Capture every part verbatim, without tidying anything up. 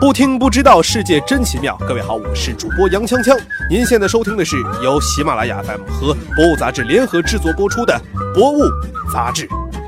不听不知道，世界真奇妙。各位好，我是主播杨锵锵。您现在收听的是由喜马拉雅 F M 和博物杂志联合制作播出的《博物杂志》。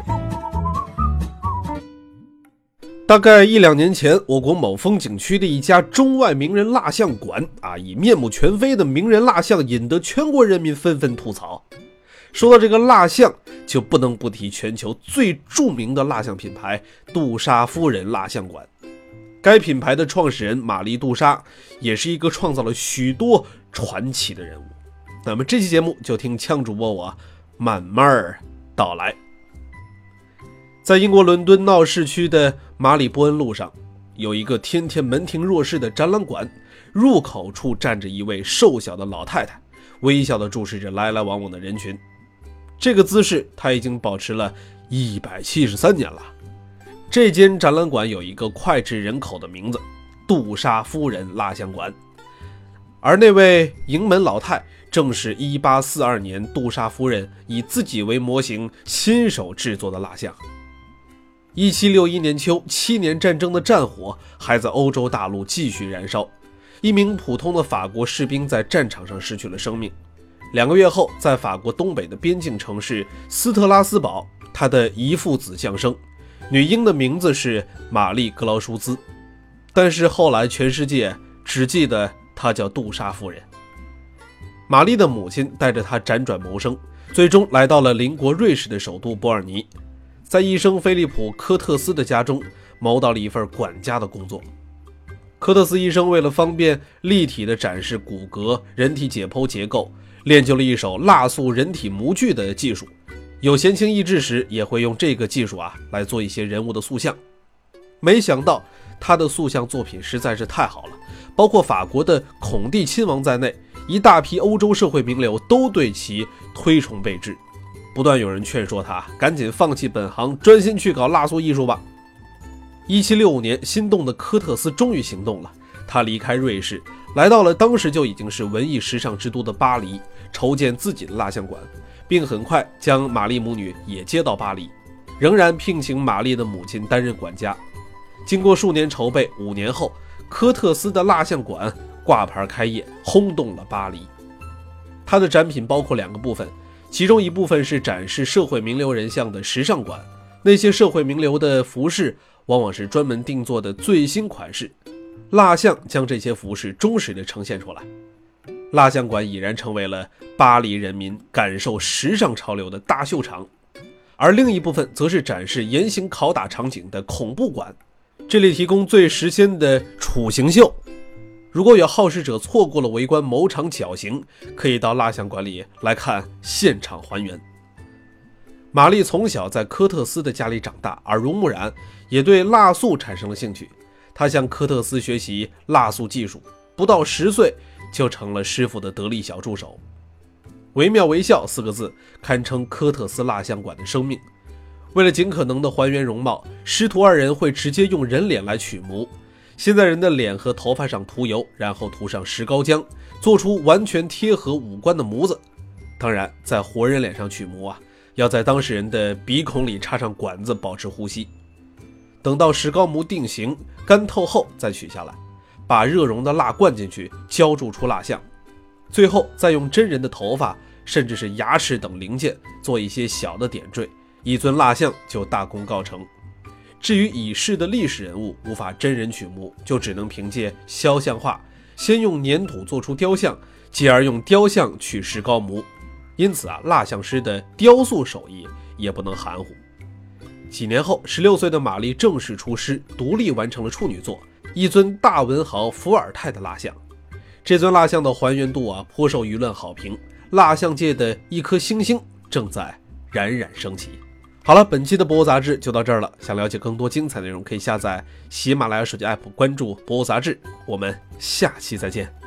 大概一两年前，我国某风景区的一家中外名人蜡像馆啊，以面目全非的名人蜡像引得全国人民纷纷吐槽。说到这个蜡像，就不能不提全球最著名的蜡像品牌杜莎夫人蜡像馆。该品牌的创始人玛丽·杜莎也是一个创造了许多传奇的人物。那么这期节目就听枪主播我慢慢道来。在英国伦敦闹市区的马里波恩路上，有一个天天门庭若市的展览馆，入口处站着一位瘦小的老太太，微笑地注视着来来往往的人群。这个姿势她已经保持了一百七十三年了。这间展览馆有一个脍炙人口的名字，杜莎夫人蜡像馆。而那位迎门老太正是一八四二年杜莎夫人以自己为模型亲手制作的蜡像。一七六一年秋，七年战争的战火还在欧洲大陆继续燃烧，一名普通的法国士兵在战场上失去了生命。两个月后，在法国东北的边境城市斯特拉斯堡，他的遗腹子降生，女婴的名字是玛丽·格劳舒兹，但是后来全世界只记得她叫杜莎夫人。玛丽的母亲带着她辗转谋生，最终来到了邻国瑞士的首都伯尔尼，在医生菲利普·科特斯的家中谋到了一份管家的工作。科特斯医生为了方便立体的展示骨骼、人体解剖结构，练就了一手蜡塑人体模具的技术，有闲情逸致时也会用这个技术啊来做一些人物的塑像。没想到他的塑像作品实在是太好了，包括法国的孔蒂亲王在内，一大批欧洲社会名流都对其推崇备至，不断有人劝说他赶紧放弃本行，专心去搞蜡塑艺术吧。一七六五年，心动的科特斯终于行动了，他离开瑞士，来到了当时就已经是文艺时尚之都的巴黎，筹建自己的蜡像馆，并很快将玛丽母女也接到巴黎，仍然聘请玛丽的母亲担任管家。经过数年筹备，五年后，科特斯的蜡像馆挂牌开业，轰动了巴黎。它的展品包括两个部分，其中一部分是展示社会名流人像的时尚馆，那些社会名流的服饰往往是专门定做的最新款式，蜡像将这些服饰忠实地呈现出来。蜡像馆已然成为了巴黎人民感受时尚潮流的大秀场。而另一部分则是展示严刑拷打场景的恐怖馆，这里提供最时鲜的处刑秀。如果有好事者错过了围观某场绞刑，可以到蜡像馆里来看现场还原。玛丽从小在科特斯的家里长大，耳濡目染，也对蜡塑产生了兴趣。她向科特斯学习蜡塑技术，不到十岁就成了师傅的得力小助手。惟妙惟肖四个字堪称科特斯蜡像馆的生命。为了尽可能的还原容貌，师徒二人会直接用人脸来取模，先在人的脸和头发上涂油，然后涂上石膏浆，做出完全贴合五官的模子。当然，在活人脸上取模啊，要在当事人的鼻孔里插上管子，保持呼吸。等到石膏模定型干透后再取下来，把热熔的蜡灌进去，浇铸出蜡像。最后再用真人的头发甚至是牙齿等零件做一些小的点缀，一尊蜡像就大功告成。至于已逝的历史人物无法真人取模，就只能凭借肖像画，先用粘土做出雕像，继而用雕像取石膏模。因此啊，蜡像师的雕塑手艺也不能含糊。几年后，十六岁的玛丽正式出师，独立完成了处女作，一尊大文豪伏尔泰的蜡像。这尊蜡像的还原度啊，颇受舆论好评，蜡像界的一颗星星正在冉冉升起。好了，本期的博物杂志就到这儿了。想了解更多精彩内容，可以下载喜马拉雅手机 app， 关注博物杂志。我们下期再见。